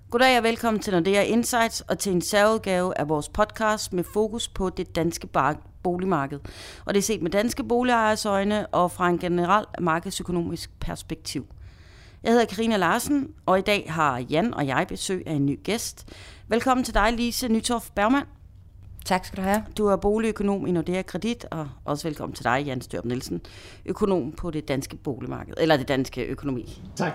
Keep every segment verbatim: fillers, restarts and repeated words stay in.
Goddag og velkommen til Nordea Insights og til en særudgave af vores podcast med fokus på det danske boligmarked. Og det er set med danske boligejeres øjne og fra en generel markedsøkonomisk perspektiv. Jeg hedder Karina Larsen, og i dag har Jan og jeg besøg af en ny gæst. Velkommen til dig, Lise Nytorff Bergmann. Tak skal du have. Du er boligøkonom i Nordea Kredit, og også velkommen til dig, Jan Størup Nielsen, økonom på det danske boligmarked, eller det danske økonomi. Tak.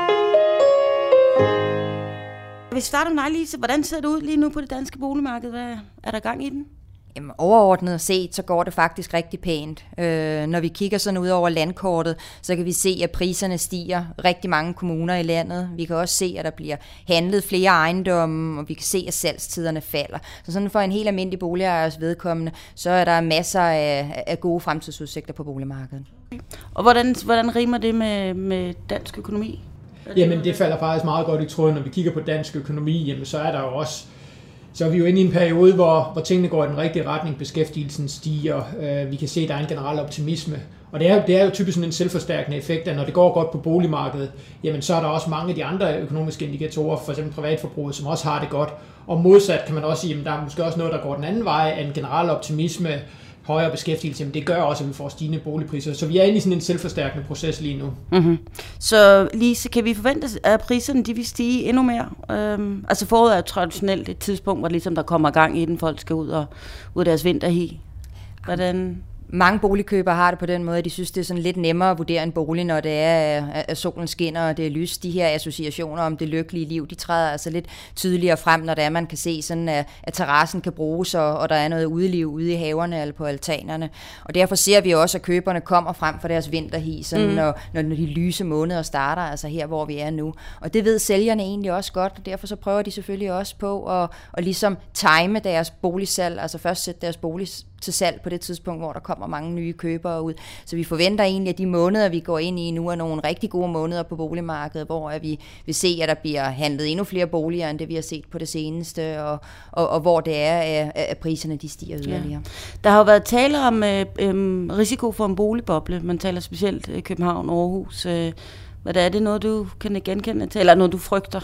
Vi starter med dig, Lise. Hvordan ser det ud lige nu på det danske boligmarked? Hvad er der gang i den? Jamen, overordnet set, så går det faktisk rigtig pænt. Øh, når vi kigger sådan ud over landkortet, så kan vi se, at priserne stiger rigtig mange kommuner i landet. Vi kan også se, at der bliver handlet flere ejendomme, og vi kan se, at salgstiderne falder. Så sådan for en helt almindelig boligejers vedkommende, så er der masser af, af gode fremtidsudsigter på boligmarkedet. Og hvordan, hvordan rimer det med, med dansk økonomi? Jamen, det falder faktisk meget godt i tråden. Når vi kigger på dansk økonomi, jamen, så er der jo også Så er vi jo inde i en periode, hvor, hvor tingene går i den rigtige retning, beskæftigelsen stiger, øh, vi kan se, at der er en generel optimisme. Og det er, det er jo typisk sådan en selvforstærkende effekt, at når det går godt på boligmarkedet, jamen så er der også mange af de andre økonomiske indikatorer, f.eks. privatforbruget, som også har det godt. Og modsat kan man også sige, at der er måske også noget, der går den anden vej, en generel optimisme, højere beskæftigelse, men det gør også, at vi får stigende boligpriser. Så vi er inde i sådan en selvforstærkende proces lige nu. Mm-hmm. Så Lise, kan vi forvente, at priserne de vil stige endnu mere? Øhm, altså foråret er traditionelt et tidspunkt, hvor ligesom der kommer gang i den, folk skal ud og ud af deres vinterhi. Hvordan? Mange boligkøbere har det på den måde, at de synes, det er sådan lidt nemmere at vurdere en bolig, når det er, at solen skinner og det er lys. De her associationer om det lykkelige liv, de træder altså lidt tydeligere frem, når det er, man kan se, sådan, at, at terrassen kan bruges, og, og der er noget udeliv ude i haverne eller på altanerne. Og derfor ser vi også, at køberne kommer frem for deres vinterhi, sådan, mm. når, når de lyse måneder starter, altså her, hvor vi er nu. Og det ved sælgerne egentlig også godt, og derfor så prøver de selvfølgelig også på at, at ligesom time deres boligsalg, altså først sætte deres bolig til salg på det tidspunkt, hvor der kommer mange nye købere ud. Så vi forventer egentlig, at de måneder, vi går ind i nu, er nogle rigtig gode måneder på boligmarkedet, hvor vi vil se, at der bliver handlet endnu flere boliger, end det vi har set på det seneste, og, og, og hvor det er, at priserne de stiger yderligere. Ja. Der har jo været tale om øh, øh, risiko for en boligboble. Man taler specielt i København og Aarhus. Øh, hvad er det noget, du kan genkende til, eller noget, du frygter?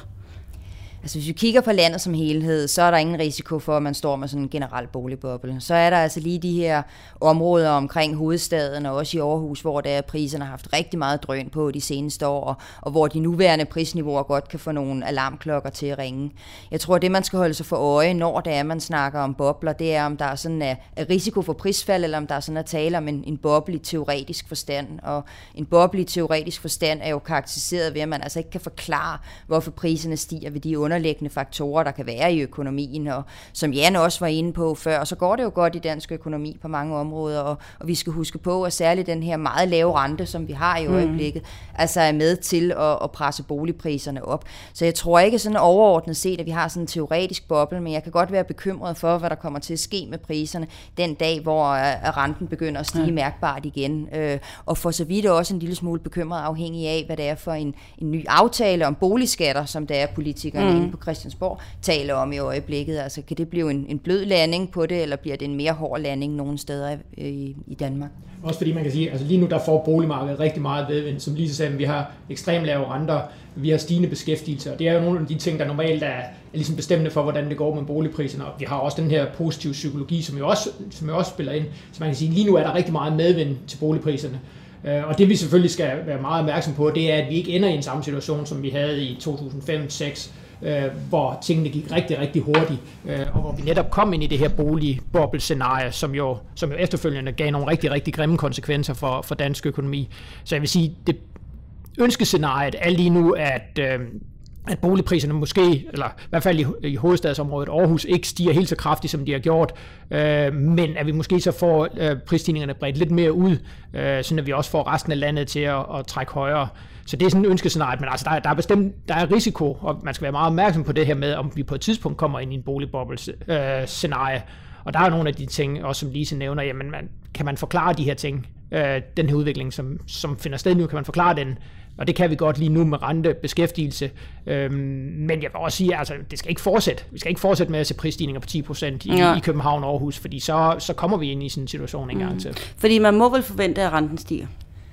Altså hvis vi kigger på landet som helhed, så er der ingen risiko for, at man står med sådan en generel boligboble. Så er der altså lige de her områder omkring hovedstaden og også i Aarhus, hvor der priserne har haft rigtig meget drøn på de seneste år, og hvor de nuværende prisniveauer godt kan få nogle alarmklokker til at ringe. Jeg tror, at det man skal holde sig for øje, når det er, man snakker om bobler, det er, om der er sådan en risiko for prisfald, eller om der er sådan at tale om en, en boble i teoretisk forstand. Og en boble i teoretisk forstand er jo karakteriseret ved, at man altså ikke kan forklare, hvorfor priserne stiger ved de underliggende faktorer, der kan være i økonomien, og som Jan også var inde på før, så går det jo godt i dansk økonomi på mange områder, og, og vi skal huske på, at særligt den her meget lave rente, som vi har i øjeblikket, mm. altså er med til at, at presse boligpriserne op. Så jeg tror ikke sådan overordnet set, at vi har sådan en teoretisk boble, men jeg kan godt være bekymret for, hvad der kommer til at ske med priserne den dag, hvor uh, renten begynder at stige ja. mærkbart igen. Uh, og for så vidt også en lille smule bekymret afhængig af, hvad det er for en, en ny aftale om boligskatter, som der er politikerne mm. på Christiansborg taler om i øjeblikket. Altså, kan det blive en, en blød landing på det, eller bliver det en mere hård landing nogle steder i, i Danmark? Også fordi man kan sige, altså lige nu der får boligmarkedet rigtig meget vedvind. Som Lise sagde, vi har ekstremt lave renter, vi har stigende beskæftigelse, og det er jo nogle af de ting, der normalt er, er ligesom bestemmende for, hvordan det går med boligpriserne. Og vi har også den her positive psykologi, som jo også, som jo også spiller ind. Så man kan sige, lige nu er der rigtig meget medvind til boligpriserne. Og det vi selvfølgelig skal være meget opmærksom på, det er, at vi ikke ender i en samme situation, som vi havde i to tusind og fem til seks, øh, hvor tingene gik rigtig, rigtig hurtigt, øh, og hvor vi netop kom ind i det her boligboble-scenarie, som jo, som jo efterfølgende gav nogle rigtig, rigtig grimme konsekvenser for, for dansk økonomi. Så jeg vil sige, det ønskescenariet er lige nu, at øh, at boligpriserne måske, eller i hvert fald i, i hovedstadsområdet Aarhus, ikke stiger helt så kraftigt, som de har gjort, øh, men at vi måske så får øh, prisstigningerne bredt lidt mere ud, øh, sådan at vi også får resten af landet til at, at trække højere. Så det er sådan et ønskescenarie, men altså der er, der er bestemt der er risiko, og man skal være meget opmærksom på det her med, om vi på et tidspunkt kommer ind i en boligboble-scenarie. Øh, og der er nogle af de ting, også som Lise nævner, jamen man, kan man forklare de her ting, øh, den her udvikling, som, som finder sted nu, kan man forklare den. Og det kan vi godt lige nu med rente, beskæftigelse. Øhm, men jeg vil også sige, altså det skal ikke fortsætte. Vi skal ikke fortsætte med at se prisstigninger på ti procent i, ja. i København og Aarhus, fordi så, så kommer vi ind i sådan en situation en gang til. Fordi man må vel forvente, at renten stiger?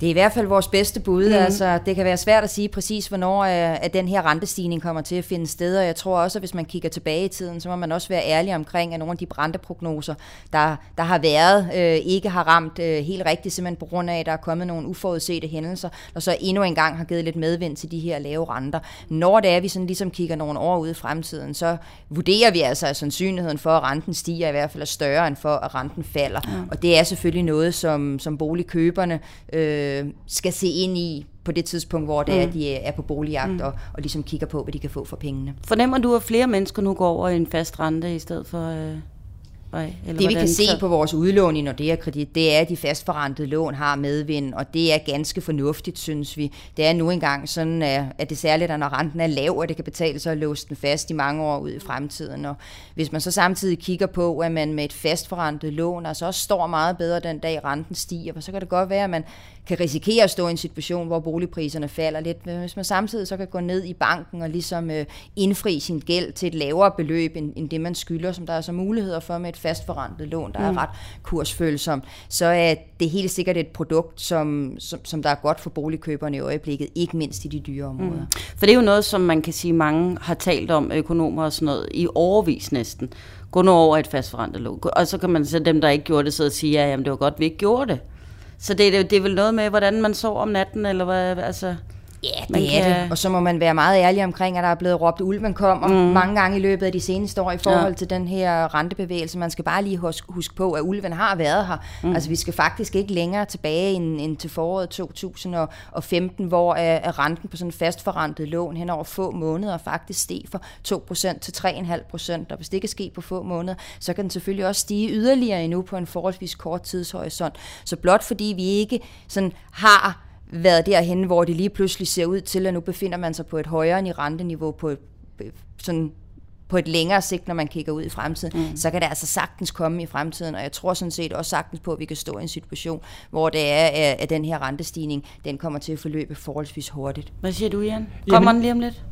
Det er i hvert fald vores bedste bud. Mm. Altså, det kan være svært at sige præcis, hvornår at den her rentestigning kommer til at finde sted, og jeg tror også, at hvis man kigger tilbage i tiden, så må man også være ærlig omkring, at nogle af de renteprognoser, der, der har været, øh, ikke har ramt øh, helt rigtigt, simpelthen på grund af, at der er kommet nogle uforudsete hændelser, der så endnu en gang har givet lidt medvind til de her lave renter. Når det er, vi sådan ligesom kigger nogle år ud i fremtiden, så vurderer vi altså, at sandsynligheden for, at renten stiger, i hvert fald er større end for, at renten falder. Mm. Og det er selvfølgelig noget, som, som boligkøberne øh, skal se ind i på det tidspunkt, hvor det mm. er, de er på boligjagt mm. og, og ligesom kigger på, hvad de kan få for pengene. Fornemmer du, at flere mennesker nu går over i en fast rente i stedet for... Øh Eller det vi kan se på vores udlån i Nordea Kredit, det er, at de fastforrentede lån har medvind, og det er ganske fornuftigt, synes vi. Det er nu engang sådan, at det særligt er, når renten er lav, og det kan betale sig at låse den fast i mange år ud i fremtiden. Og hvis man så samtidig kigger på, at man med et fastforrentet lån altså også står meget bedre den dag renten stiger, så kan det godt være, at man kan risikere at stå i en situation, hvor boligpriserne falder lidt. Hvis man samtidig så kan gå ned i banken og ligesom øh, indfri sin gæld til et lavere beløb, end, end det man skylder, som der er så muligheder for med et fastforrentet lån, der mm. er ret kursfølsom, så er det helt sikkert et produkt, som, som, som der er godt for boligkøberne i øjeblikket, ikke mindst i de dyre områder. Mm. For det er jo noget, som man kan sige, mange har talt om, økonomer og sådan noget, i årevis næsten. Gå nu over et fastforrentet lån. Og så kan man så dem, der ikke gjorde det, så at sige, ja, jamen det var godt, vi ikke gjorde det. Så det, det, det er vel noget med, hvordan man sover om natten, eller hvad, altså... Ja, det er kan... det. Og så må man være meget ærlig omkring, at der er blevet råbt, ulven kommer mm. mange gange i løbet af de seneste år i forhold ja. til den her rentebevægelse. Man skal bare lige huske, huske på, at ulven har været her. Mm. Altså vi skal faktisk ikke længere tilbage end, end til foråret to tusind og femten, hvor uh, renten på sådan en fastforrentet lån hen over få måneder faktisk steg fra to procent til tre komma fem procent. Og hvis det kan ske på få måneder, så kan den selvfølgelig også stige yderligere endnu på en forholdsvis kort tidshorisont. Så blot fordi vi ikke sådan har været derhen, hvor det lige pludselig ser ud til, at nu befinder man sig på et højere renteniveau på et, sådan på et længere sigt, når man kigger ud i fremtiden, mm. så kan det altså sagtens komme i fremtiden, og jeg tror sådan set også sagtens på, at vi kan stå i en situation, hvor det er, at den her rentestigning, den kommer til at forløbe forholdsvis hurtigt. Hvad siger du, Jan? Kommer den lige om lidt?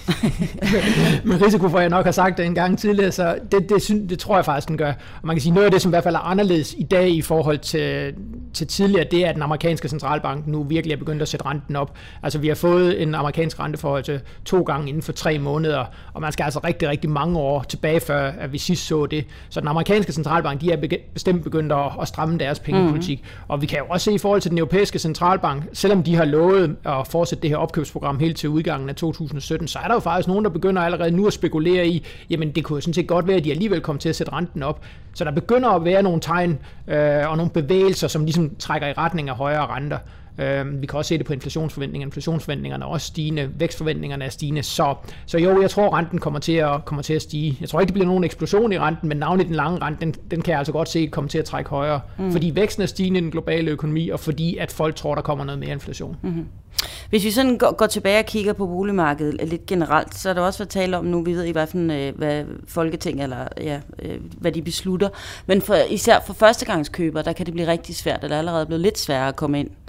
Med risiko for, at jeg nok har sagt det en gang tidligere, så det, det, det, det tror jeg faktisk, den gør. Og man kan sige, noget af det, som i hvert fald er anderledes i dag i forhold til, til tidligere, det er, at den amerikanske centralbank nu virkelig er begyndt at sætte renten op. Altså vi har fået en amerikansk renteforhold til to gange inden for tre måneder, og man skal altså rigtig, rigtig mange år tilbage, før at vi sidst så det. Så den amerikanske centralbank, de er bestemt begyndt at, at stramme deres pengepolitik. Mm. Og vi kan jo også se i forhold til den europæiske centralbank, selvom de har lovet at fortsætte det her opkøbsprogram helt til udgangen af to tusind og sytten, så er der jo faktisk nogen, der begynder allerede nu at spekulere i, jamen det kunne jo sådan set godt være, at de alligevel kommer til at sætte renten op. Så der begynder at være nogle tegn øh, og nogle bevægelser, som ligesom trækker i retning af højere renter. Øh, vi kan også se det på inflationsforventningerne. Inflationsforventningerne er også stigende, vækstforventningerne er stigende. Så, så jo, jeg tror, renten kommer til, at, kommer til at stige. Jeg tror ikke, det bliver nogen eksplosion i renten, men navnlig den lange rente, den, den kan jeg altså godt se komme til at trække højere. Mm. Fordi væksten er stigende i den globale økonomi, og fordi at folk tror, der kommer noget mere inflation. Mm-hmm. Hvis vi sådan går, går tilbage og kigger på boligmarkedet lidt generelt, så er der også været tale om nu, vi ved i hvert fald, hvad Folketinget, eller ja, hvad de beslutter. Men for, især for førstegangskøbere, der kan det blive rigtig svært, eller allerede blevet lidt sværere at komme ind.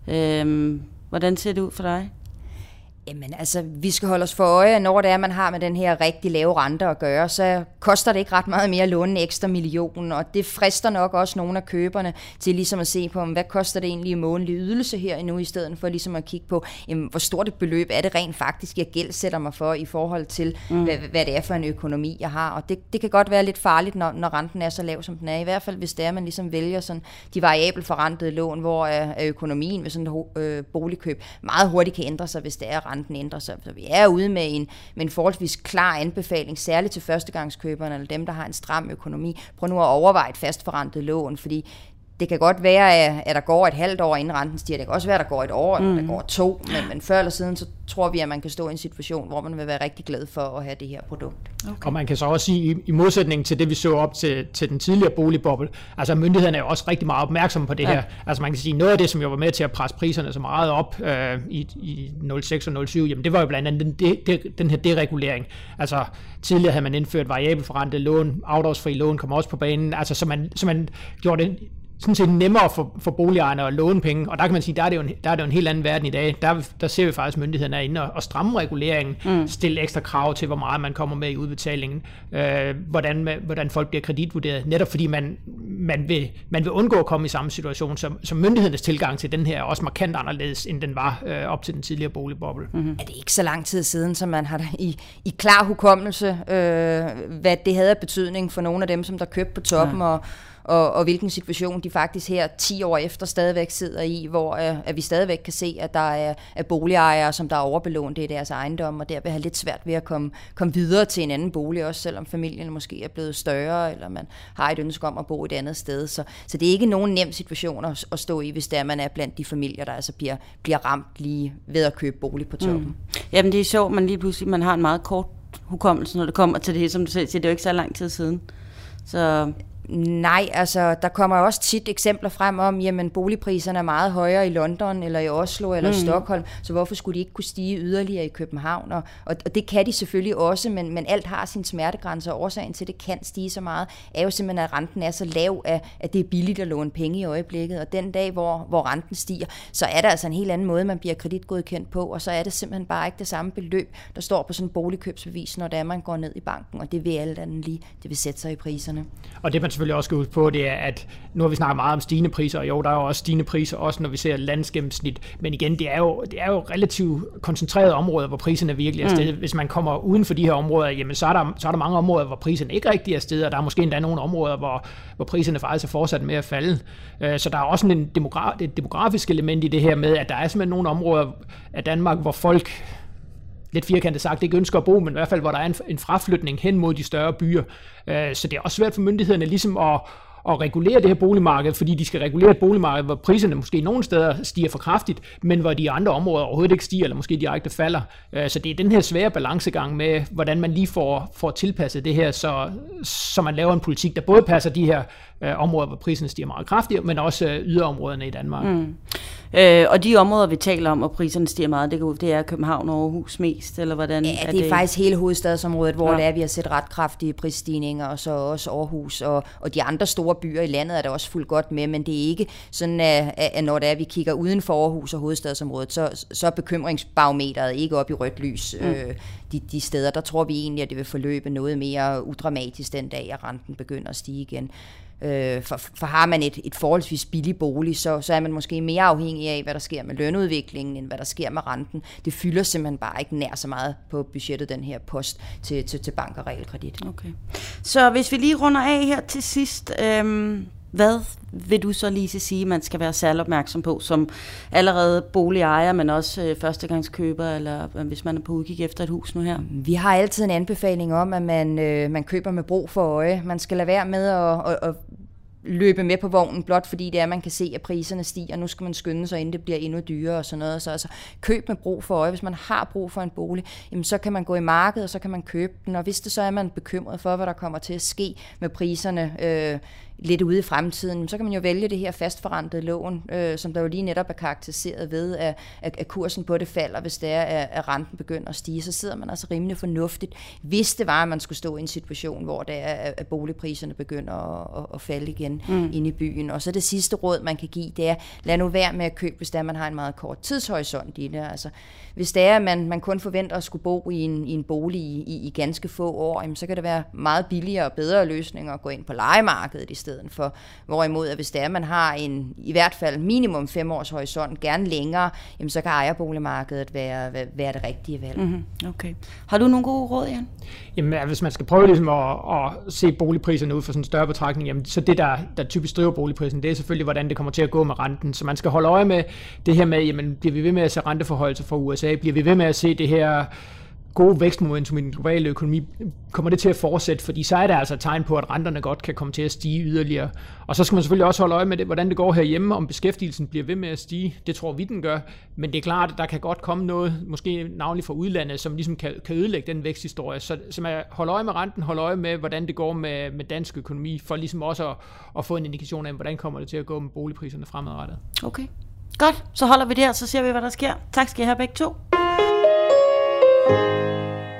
Øhm, hvordan ser det ud for dig? Jamen altså, vi skal holde os for øje, når det er, man har med den her rigtig lave rente at gøre, så koster det ikke ret meget mere at låne en ekstra million, og det frister nok også nogle af køberne til ligesom at se på, hvad koster det egentlig i månedlig ydelse her endnu, i stedet for ligesom at kigge på, jamen, hvor stort et beløb er det rent faktisk, jeg gældsætter mig for i forhold til, mm. hvad, hvad det er for en økonomi, jeg har, og det, det kan godt være lidt farligt, når, når renten er så lav, som den er, i hvert fald hvis det er, man ligesom vælger sådan de variabelt forrentede lån, hvor øh, økonomien ved sådan et øh, boligkøb meget hurtigt kan ændre sig, hvis det er renten ændrer sig. Så vi er ude med en, med en forholdsvis klar anbefaling, særligt til førstegangskøberne, eller dem, der har en stram økonomi. Prøv nu at overveje et fastforrentet lån, fordi det kan godt være, at der går et halvt år, inden renten stiger. Det kan også være, at der går et år, eller mm. der går to. Men, men før eller siden, så tror vi, at man kan stå i en situation, hvor man vil være rigtig glad for at have det her produkt. Okay. Og man kan så også sige, i modsætning til det, vi så op til, til den tidligere boligboble, altså myndighederne er jo også rigtig meget opmærksomme på det ja. her. Altså man kan sige, noget af det, som jo var med til at presse priserne så meget op øh, i, i nul seks og nul syv, jamen det var jo blandt andet den, de, de, den her deregulering. Altså tidligere havde man indført variabelforrentede lån, afdragsfri lån kom også på banen, altså så man, så man gjorde det sådan set nemmere for, for boligejerne at låne penge, og der kan man sige, der er det jo en, der er det jo en helt anden verden i dag. Der, der ser vi faktisk, at myndighederne er inde og, og stramme reguleringen, mm. stille ekstra krav til, hvor meget man kommer med i udbetalingen, øh, hvordan, hvordan folk bliver kreditvurderet, netop fordi man, man, vil, man vil undgå at komme i samme situation, som, som myndighedernes tilgang til den her er også markant anderledes, end den var øh, op til den tidligere boligboble. Mm-hmm. Er det ikke så lang tid siden, som man har i, i klar hukommelse, øh, hvad det havde af betydning for nogle af dem, som der købte på toppen, ja. og Og, og hvilken situation de faktisk her ti år efter stadigvæk sidder i, hvor øh, at vi stadigvæk kan se, at der er, er boligejere, som der er overbelånt i deres ejendom, og der vil have lidt svært ved at komme, komme videre til en anden bolig, også selvom familien måske er blevet større, eller man har et ønske om at bo et andet sted. Så, så det er ikke nogen nem situation at, at stå i, hvis der man er blandt de familier, der altså bliver, bliver ramt lige ved at købe bolig på toppen. Mm. Jamen det er sjovt, man lige pludselig man har en meget kort hukommelse, når det kommer til det, som du selv siger, det er jo ikke så lang tid siden. Så Nej, altså der kommer jo også tit eksempler frem om, jamen boligpriserne er meget højere i London, eller i Oslo, eller mm. i Stockholm, så hvorfor skulle de ikke kunne stige yderligere i København? Og, og det kan de selvfølgelig også, men, men alt har sin smertegrænse, og årsagen til, at det kan stige så meget, er jo simpelthen, at renten er så lav, at, at det er billigt at låne penge i øjeblikket, og den dag, hvor, hvor renten stiger, så er der altså en helt anden måde, man bliver kreditgodkendt på, og så er det simpelthen bare ikke det samme beløb, der står på sådan en boligkøbsbevis, når det er, man går ned i banken, og det vil alt andet lige, det vil sætte sig i priserne. Og det man selvfølgelig også skal huske på, det er, at nu har vi snakket meget om stigende priser, og jo, der er jo også stigende priser, også når vi ser landsgennemsnit, men igen, det er jo, det er jo relativt koncentrerede områder, hvor priserne virkelig er steget. Mm. Hvis man kommer uden for de her områder, jamen så er der, så er der mange områder, hvor priserne ikke rigtig er steget, og der er måske endda nogle områder, hvor, hvor priserne faktisk er fortsat med at falde. Så der er også en demogra- et demografisk element i det her med, at der er simpelthen nogle områder af Danmark, hvor folk lidt firkantet sagt, ikke ønsker at bo, men i hvert fald, hvor der er en, en fraflytning hen mod de større byer. Så det er også svært for myndighederne ligesom at, at regulere det her boligmarked, fordi de skal regulere et boligmarked, hvor priserne måske nogle steder stiger for kraftigt, men hvor de andre områder overhovedet ikke stiger, eller måske direkte falder. Så det er den her svære balancegang med, hvordan man lige får, får tilpasset det her, så, så man laver en politik, der både passer de her øh, områder, hvor priserne stiger meget kraftigt, men også øh, yderområderne i Danmark. Mm. Øh, og de områder, vi taler om, hvor priserne stiger meget, det, det er København og Aarhus mest, eller hvordan? Ja, er det er det faktisk hele hovedstadsområdet, hvor ja. det er, vi har set ret kraftige prisstigninger, og så også Aarhus, og, og de andre store byer i landet er der også fuldt godt med, men det er ikke sådan, at, at når det er, vi kigger uden for Aarhus og hovedstadsområdet, så, så er bekymringsbarometeret ikke op i rødt lys. Mm. Øh, de, de steder, der tror vi egentlig, at det vil forløbe noget mere udramatisk den dag, at renten begynder at stige igen. For, for har man et, et forholdsvis billig bolig, så, så er man måske mere afhængig af, hvad der sker med lønudviklingen, end hvad der sker med renten. Det fylder simpelthen bare ikke nær så meget på budgettet, den her post til, til, til bank og realkredit. Okay. Så hvis vi lige runder af her til sidst, øhm, hvad vil du så, Lise, sige, man skal være særlig opmærksom på, som allerede boligejer, men også øh, førstegangskøber, eller øh, hvis man er på udkig efter et hus nu her? Vi har altid en anbefaling om, at man, øh, man køber med brug for øje. Man skal lade være med at, at, at løbe med på vognen, blot fordi det er, at man kan se, at priserne stiger. Nu skal man skynde sig, inden det bliver endnu dyrere og sådan noget. Så altså, køb med brug for øje. Hvis man har brug for en bolig, jamen, så kan man gå i markedet, og så kan man købe den. Og hvis det så er, man bekymret for, hvad der kommer til at ske med priserne øh, lidt ude i fremtiden, så kan man jo vælge det her fastforrentede lån, øh, som der jo lige netop er karakteriseret ved, at, at kursen på det falder, hvis det er, at renten begynder at stige. Så sidder man altså rimelig fornuftigt, hvis det var, at man skulle stå i en situation, hvor det er, at boligpriserne begynder at, at falde igen mm. inde i byen. Og så det sidste råd, man kan give, det er, lad nu være med at købe, hvis det er, man har en meget kort tidshorisont i det. Altså, hvis det er, at man, man kun forventer at skulle bo i en, i en bolig i, i, i ganske få år, jamen, så kan det være meget billigere og bedre løsninger at gå ind på lejemarkedet i stedet for. Hvorimod, at hvis det er, at man har en i hvert fald minimum fem års horisont, gerne længere, jamen, så kan ejerboligmarkedet være, være, være det rigtige valg. Mm-hmm. Okay. Har du nogle gode råd, Jan? Jamen, hvis man skal prøve ligesom at, at se boligpriserne ud for sådan en større betragtning, jamen, så det, der, der typisk driver boligprisen, det er selvfølgelig, hvordan det kommer til at gå med renten. Så man skal holde øje med det her med, jamen, bliver vi ved med at se renteforholdelser fra U S A? Bliver vi ved med at se det her gode vækstmomentum i den globale økonomi, kommer det til at fortsætte, fordi så er der altså et tegn på, at renterne godt kan komme til at stige yderligere. Og så skal man selvfølgelig også holde øje med det, hvordan det går herhjemme, om beskæftigelsen bliver ved med at stige. Det tror vi, den gør, men det er klart, at der kan godt komme noget, måske navnlig fra udlandet, som ligesom kan, kan ødelægge den væksthistorie. Så, så man holder øje med renten, holder øje med, hvordan det går med, med dansk økonomi, for ligesom også at, at få en indikation af, hvordan kommer det til at gå med boligpriserne fremadrettet. Okay, godt. Så holder vi der, så ser vi, hvad der sker. Tak skal I have begge to.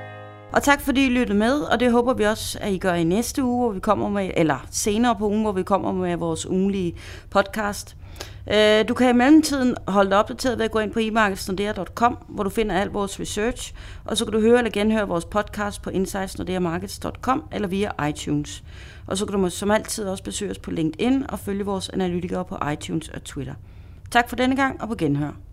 Og tak fordi I lyttede med, og det håber vi også, at I gør i næste uge, hvor vi kommer med, eller senere på ugen, hvor vi kommer med vores ugenlige podcast. Du kan i mellemtiden holde dig opdateret ved at gå ind på e markets nordea punktum com, hvor du finder al vores research, og så kan du høre eller genhøre vores podcast på insights nordea markets punktum com eller via iTunes. Og så kan du som altid også besøge os på LinkedIn og følge vores analytikere på iTunes og Twitter. Tak for denne gang, og på genhør.